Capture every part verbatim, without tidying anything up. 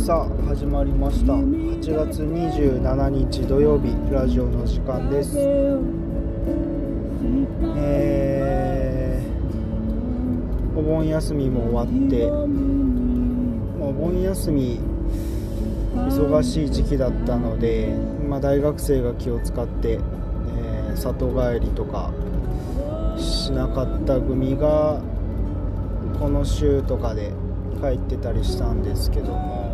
さあ始まりました。はちがつにじゅうしちにち土曜日、ラジオの時間です。えー、お盆休みも終わって、お盆休み忙しい時期だったので、まあ、大学生が気を使って、えー、里帰りとかしなかった組がこの週とかで帰ってたりしたんですけども、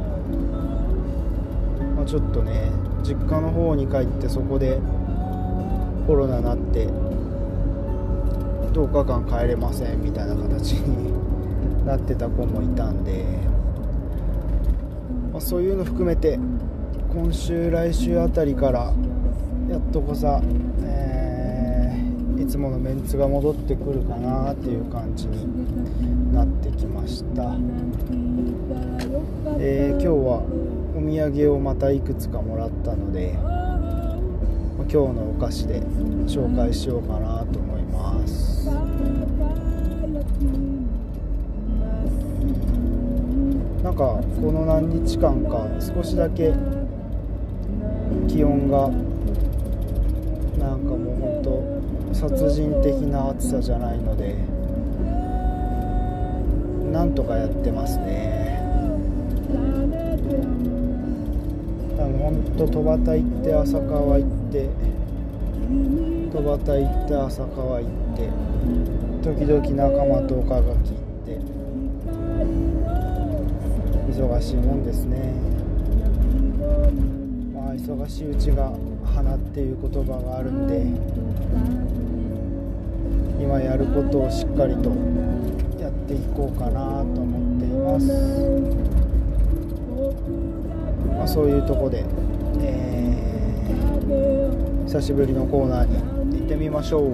まあ、ちょっとね実家の方に帰ってそこでコロナになってとおかかん帰れませんみたいな形になってた子もいたんで、まあ、そういうの含めて今週来週あたりからやっとこさ、えー、いつものメンツが戻ってくるかなっていう感じになってきました。えー、今日はお土産をまたいくつかもらったので、今日のお菓子で紹介しようかなと思います。なんかこの何日間か少しだけ気温がなんかもうほんと殺人的な暑さじゃないので、なんとかやってますね。ほんと戸端行って浅川行って戸端行って浅川行って時々仲間と岡垣行って忙しいもんですね。まあ忙しいうちが花っていう言葉があるんで、今やることをしっかりとやっていこうかなと思っています。まあ、そういうとこで、えー、久しぶりのコーナーに行ってみましょう。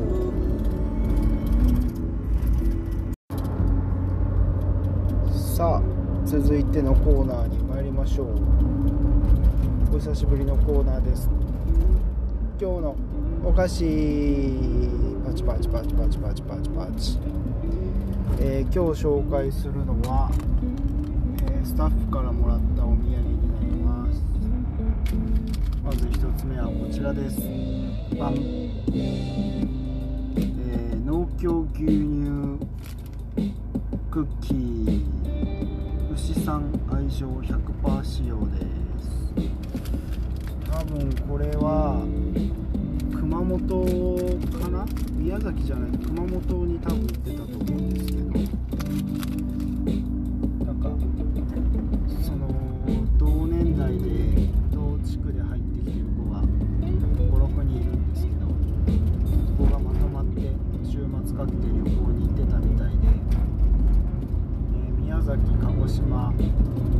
さあ続いてのコーナーに参りましょう。お久しぶりのコーナーです。今日のお菓子パチパチパチパチパチパチパチ、えー、今日紹介するのは、えー、スタッフからもらったお土産になります。まず一つ目はこちらです。バン、えー、農協牛乳クッキー、牛さん愛情 ひゃくパーセント 使用です。多分これは熊本かな、宮崎じゃない熊本に多分行ってたと思うんですけど、なんかその同年代で同地区で入ってきてる子がご、ろくにんいるんですけど、そこがまとまって週末かけて旅行に行ってたみたいで、えー、宮崎、鹿児島、熊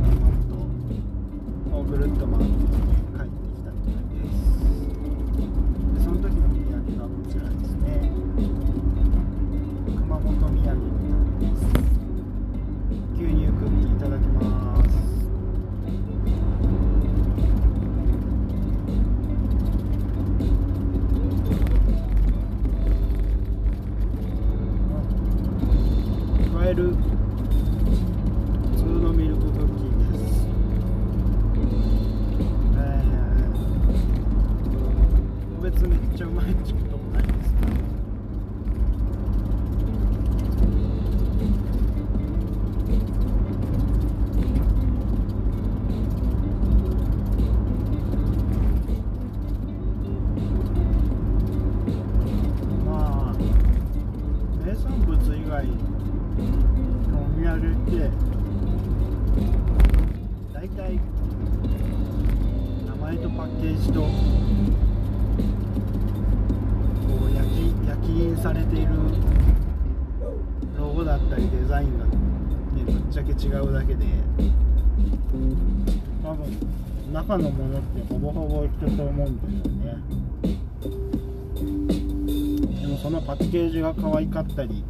本をぐるっと回って帰ってきたみたいです。でその時のお土産がこちらですね。熊本土産になります。牛乳クッキーいただきます。いわゆる普通のミルククッキーです。えー、別にめっちゃうまいってこともないですね。まあ名産物以外のお土産って大体名前とパッケージとこう焼き焼き印されているロゴだったりデザインが、ね、ぶっちゃけ違うだけで、多分中のものってほぼほぼ一緒と思うんですよね。でもそのパッケージが可愛かったり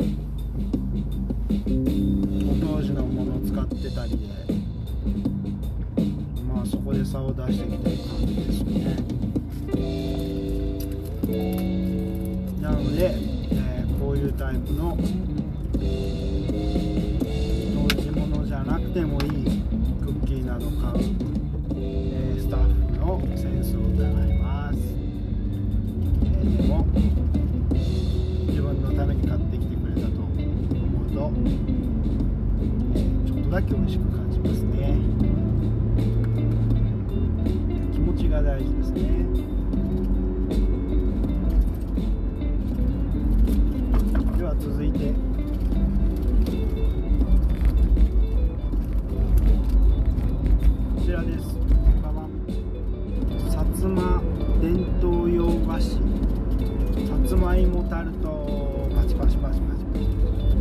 当時のものを使ってたりで、まあそこで差を出してきてる感じですね。なので、えー、こういうタイプの当時ものじゃなくてもいいクッキーなど買うだけ美味しく感じますね。気持ちが大事ですね。では続いてこちらです。薩摩伝統洋菓子さつまいもタルト。パチパチパチパチパチ。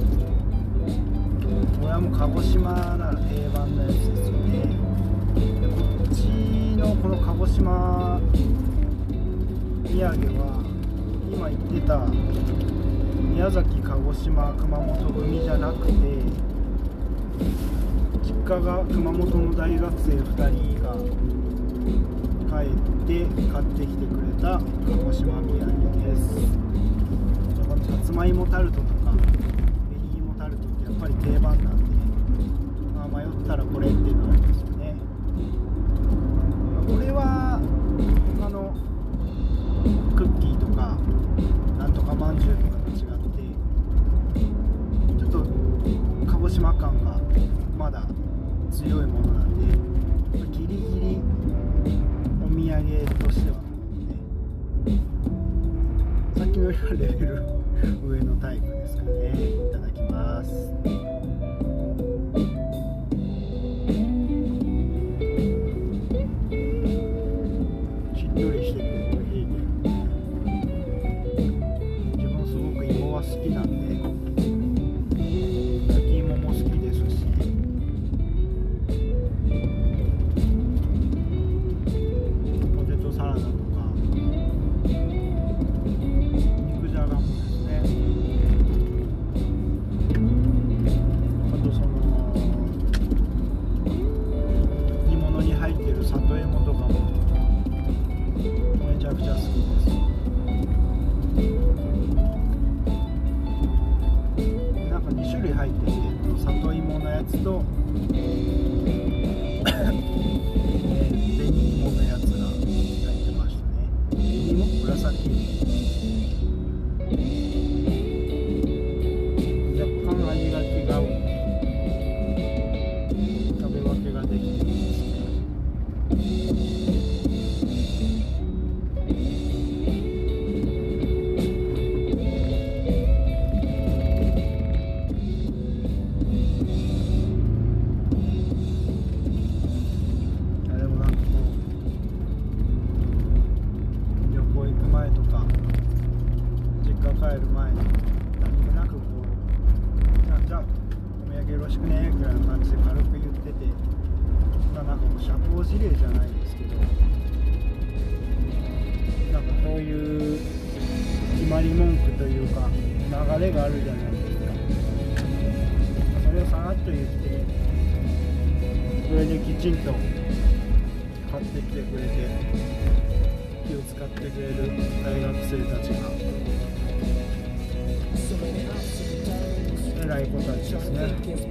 これはもう鹿児島なら定番のやつですよね。でこっちのこの鹿児島土産は今言ってた宮崎、鹿児島、熊本組じゃなくて、実家が熊本の大学生ふたりが帰って買ってきてくれた鹿児島土産です。このさつまいもタルトとかベリー芋タルトってやっぱり定番なんで、まあ、迷ったらこれっていうのがありますよね。これは他のクッキーとかなんとかまんじゅうとかと違ってちょっと鹿児島感がまだ強いものなんで、ギリギリお土産としてはね、さっきのよりはレベル上のタイプですかね。いただきます。しっとりしてておいしいね。自分すごく芋は好きなんで、焼き芋も好きですし、ポテトサラダとか肉じゃがもですね、あとその煮物に入ってる里芋とかもめちゃくちゃ好きです。なんかに種類入ってて、里芋のやつと紅芋のやつが入ってましたね。紅芋、紫芋、若干味が違う、食べ分けができてるんですね。帰る前に何気なくこう、じゃあお土産よろしくねぐらいな感じで軽く言ってて、まあ、なんかもう社交辞令じゃないですけど、なんかそういう決まり文句というか流れがあるじゃないですか。それをさらっと言って、それできちんと買ってきてくれて気を使ってくれる大学生たちが偉い子たちですね。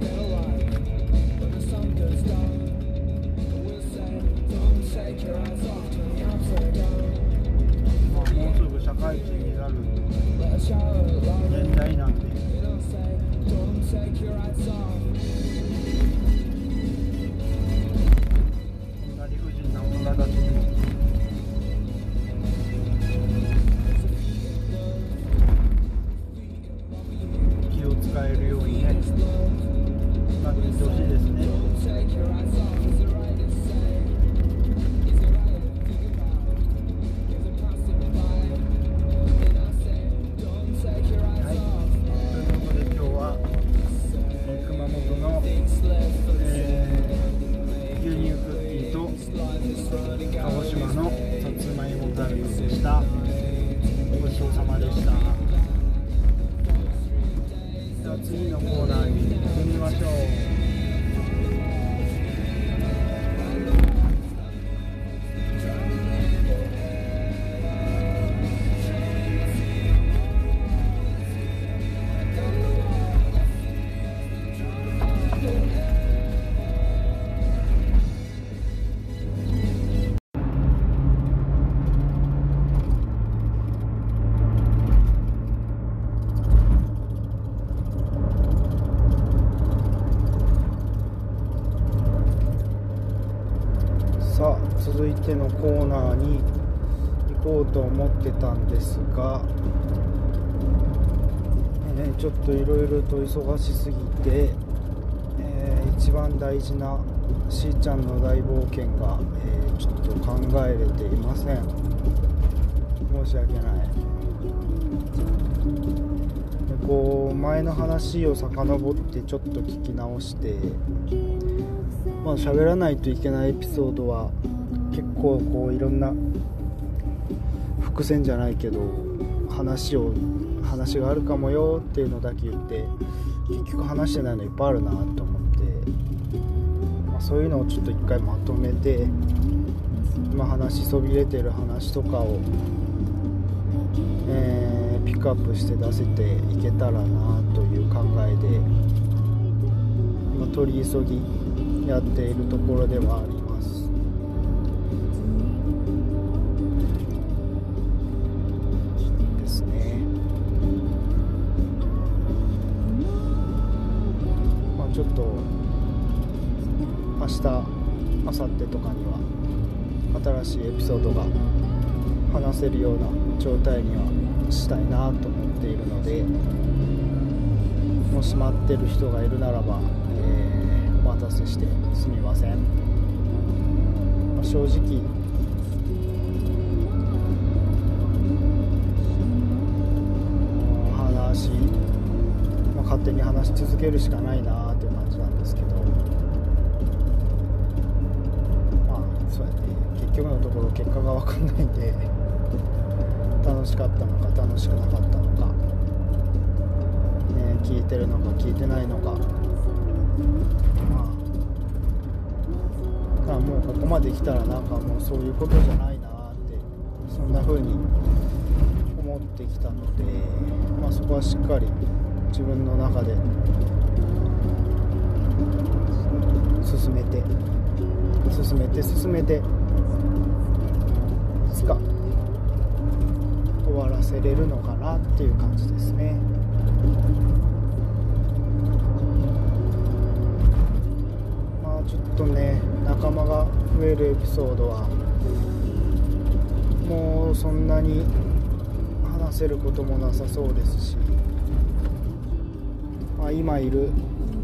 まあ、もうすぐ社会人になる年代なんで、こんな理不尽な大人たちにも気を使えるようにね、なっていってほしいですね。はい、ということで今日は、えー、熊本の、えー、牛乳クッキーと鹿児島のさつまいもタルトでした。ごちそうさまでした。では次のコーナーに行ってみましょう。 続いてのコーナーに行こうと思ってたんですが、ね、ちょっといろいろと忙しすぎて、えー、一番大事なしーちゃんの大冒険が、えー、ちょっと考えれていません。申し訳ない。でこう前の話を遡ってちょっと聞き直して、まあ喋らないといけないエピソードは結構こういろんな伏線じゃないけど話を話があるかもよっていうのだけ言って結局話してないのいっぱいあるなと思って、まあ、そういうのをちょっと一回まとめて今話しそびれてる話とかを、えー、ピックアップして出せていけたらなという考えで今取り急ぎやっているところではありますですね。まあちょっと明日明後日とかには新しいエピソードが話せるような状態にはしたいなと思っているので、もし待ってる人がいるならば、えー、お待たせしてすみません。まあ、正直話、まあ、勝手に話し続けるしかないなっていう感じなんですけど、まあそうやって結局のところ結果が分かんないんで楽しかったのか楽しくなかったのか、ね、聞いてるのか聞いてないのか、まあ、あもうここまで来たらなんかもうそういうことじゃないなってそんな風に思ってきたので、まあ、そこはしっかり自分の中で進めて進めて進めていつか終わらせれるのかなっていう感じですね。まあちょっとね仲間が増えるエピソードはもうそんなに話せることもなさそうですし、まあ、今いる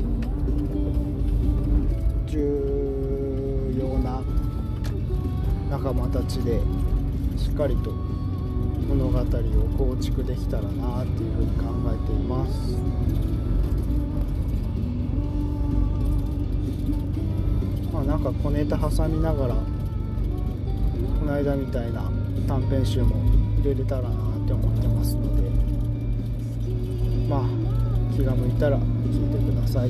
重要な仲間たちでしっかりと物語を構築できたらなっていうふうに考えています。まあなんか小ネタ挟みながらこの間みたいな短編集も入れれたらなって思ってますので、まあ気が向いたら聞いてください。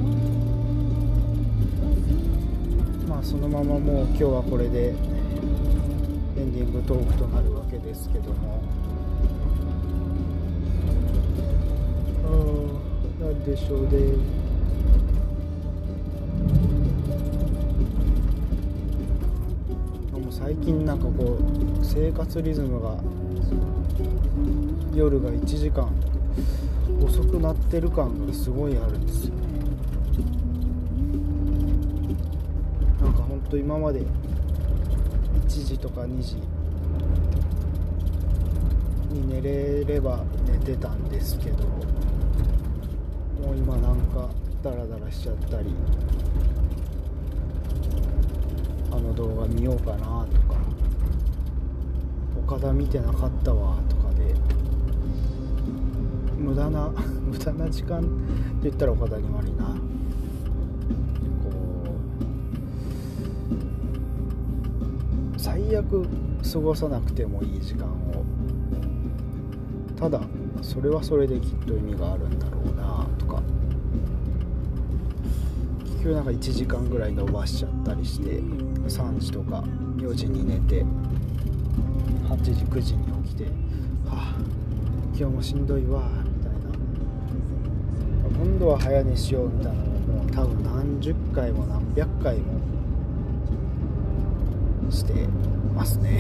まあそのままもう今日はこれでエンディングトークとなるわけですけども、あーなんでしょうね、もう最近なんかこう生活リズムが夜がいちじかん遅くなってる感がすごいあるんですよね。なんかほんと今までいちじとかにじに寝れれば寝てたんですけど、もう今なんかダラダラしちゃったり、あの動画見ようかなとか、岡田見てなかったわとかで無駄な無駄な時間って言ったら岡田に悪いな、こう最悪過ごさなくてもいい時間を、ただそれはそれできっと意味があるんだろうなとか、結局なんかいちじかんぐらい伸ばしちゃったりしてさんじとかよじに寝てはちじくじに起きて、はあ今日もしんどいわみたいな、今度は早寝しようみたいなのをもう多分何十回も何百回もしてますね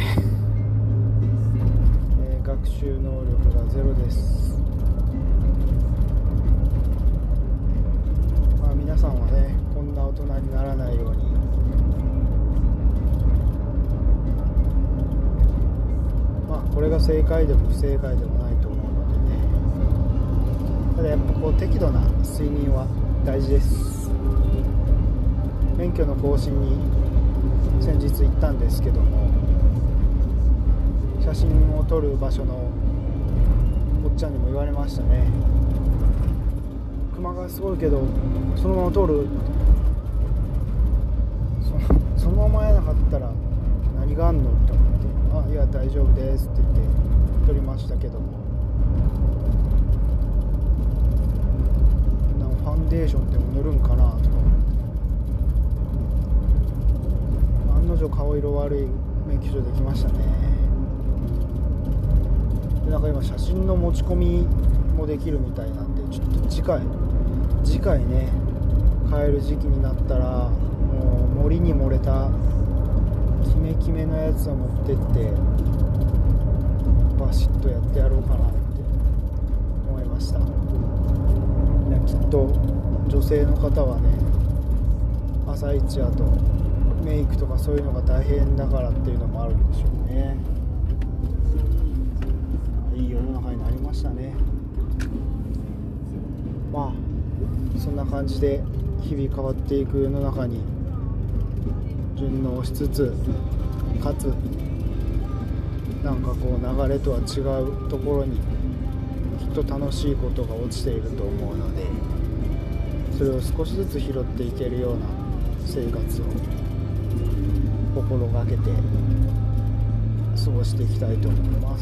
えー、学習能力がゼロです。まあ皆さんはねこんな大人にならないように正解でも不正解でもないと思うのでね。ただやっぱこう適度な睡眠は大事です。免許の更新に先日行ったんですけども、写真を撮る場所のおっちゃんにも言われましたね。熊がすごいけどそのまま撮る、そ, そのままやなかったら何があんのって思って、あ、いや大丈夫ですって言って撮りましたけども、なんかファンデーションでも塗るんかなとか思って、案の定顔色悪い免許証できましたね。でなんか今写真の持ち込みもできるみたいなんで、ちょっと次回次回ね帰る時期になったらもう森に漏れたキメキメのやつを持ってってバシッとやってやろうかなって思いました。きっと女性の方はね、朝一やとメイクとかそういうのが大変だからっていうのもあるんでしょうね。いい世の中になりましたね。まあそんな感じで日々変わっていく世の中に順応しつつ、かつなんかこう流れとは違うところにきっと楽しいことが落ちていると思うので、それを少しずつ拾っていけるような生活を心がけて過ごしていきたいと思います。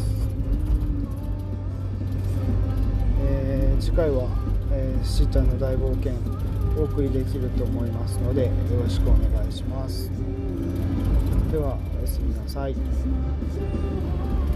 えー、次回は、えー、しーちゃんの大冒険お送りできると思いますのでよろしくお願いします。ではおやすみなさい。